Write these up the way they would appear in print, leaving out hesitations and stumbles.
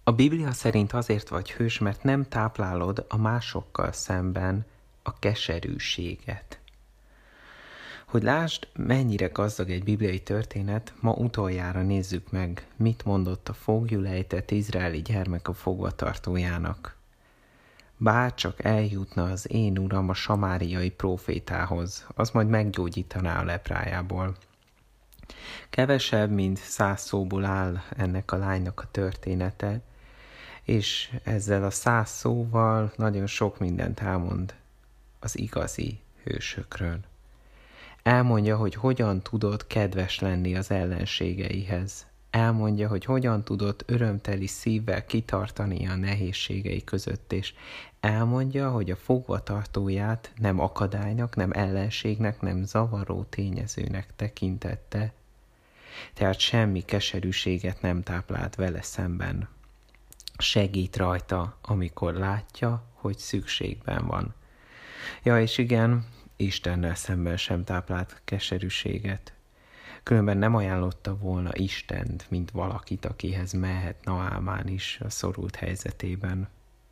A Biblia szerint azért vagy hős, mert nem táplálod a másokkal szemben a keserűséget. Hogy lásd, mennyire gazdag egy bibliai történet, ma utoljára nézzük meg, mit mondott a foglyul ejtett izraeli gyermek a fogvatartójának. Bár csak eljutna az én uram a samáriai prófétához, az majd meggyógyítaná a leprájából. Kevesebb, mint 100 szóból áll ennek a lánynak a története, és ezzel a 100 szóval nagyon sok mindent elmond az igazi hősökről. Elmondja, hogy hogyan tudott kedves lenni az ellenségeihez. Elmondja, hogy hogyan tudott örömteli szívvel kitartani a nehézségei között, és elmondja, hogy a fogvatartóját nem akadálynak, nem ellenségnek, nem zavaró tényezőnek tekintette, tehát semmi keserűséget nem táplált vele szemben. Segít rajta, amikor látja, hogy szükségben van. Ja, és igen, Istennel szemben sem táplált keserűséget. Különben nem ajánlotta volna Istent, mint valakit, akihez mehet Naámán is a szorult helyzetében.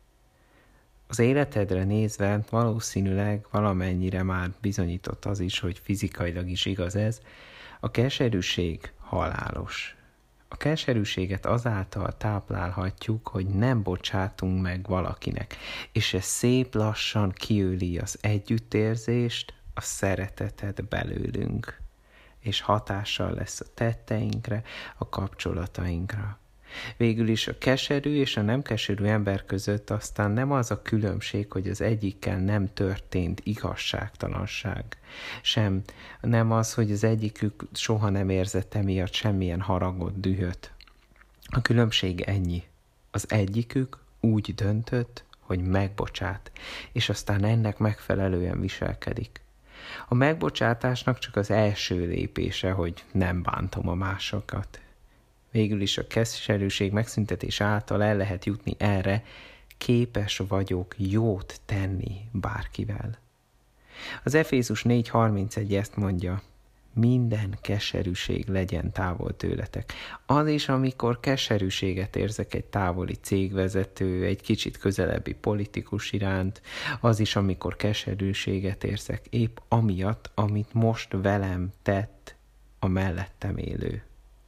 Az életedre nézve valószínűleg valamennyire már bizonyított az is, hogy fizikailag is igaz ez, a keserűség halálos. A keserűséget azáltal táplálhatjuk, hogy nem bocsátunk meg valakinek, és ez szép lassan kiöli az együttérzést, a szeretetet belőlünk, és hatással lesz a tetteinkre, a kapcsolatainkra. Végül is a keserű és a nem keserű ember között aztán nem az a különbség, hogy az egyikkel nem történt igazságtalanság, sem nem az, hogy az egyikük soha nem érzett emiatt semmilyen haragot, dühöt. A különbség ennyi. Az egyikük úgy döntött, hogy megbocsát, és aztán ennek megfelelően viselkedik. A megbocsátásnak csak az első lépése, hogy nem bántom a másokat. Végül is a keserűség megszüntetés által el lehet jutni erre, képes vagyok jót tenni bárkivel. Az Efézus 4.31 ezt mondja, minden keserűség legyen távol tőletek. Az is, amikor keserűséget érzek egy távoli cégvezető, egy kicsit közelebbi politikus iránt, az is, amikor keserűséget érzek épp amiatt, amit most velem tett a mellettem élő.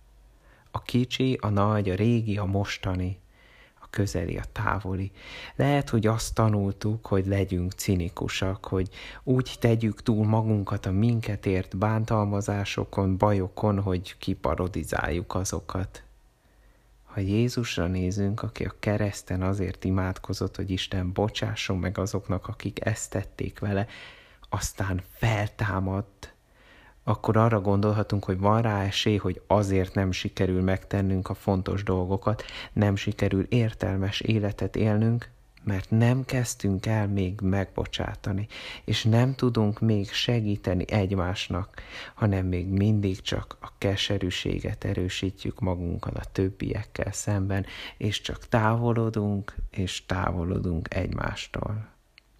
A kicsi, a nagy, a régi, a mostani, a közeli, a távoli. Lehet, hogy azt tanultuk, hogy legyünk cinikusak, hogy úgy tegyük túl magunkat a minket ért bántalmazásokon, bajokon, hogy kiparodizáljuk azokat. Ha Jézusra nézünk, aki a kereszten azért imádkozott, hogy Isten bocsásson meg azoknak, akik ezt tették vele, aztán feltámadt, akkor arra gondolhatunk, hogy van rá esély, hogy azért nem sikerül megtennünk a fontos dolgokat, nem sikerül értelmes életet élnünk, mert nem kezdtünk el még megbocsátani, és nem tudunk még segíteni egymásnak, hanem még mindig csak a keserűséget erősítjük magunkon a többiekkel szemben, és csak távolodunk, és távolodunk egymástól.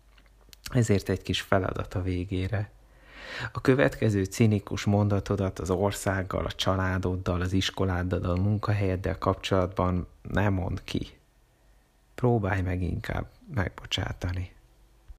Ezért egy kis feladat a végére. A következő cinikus mondatodat az országgal, a családoddal, az iskoláddal, a munkahelyeddel kapcsolatban ne mondd ki. Próbálj meg inkább megbocsátani.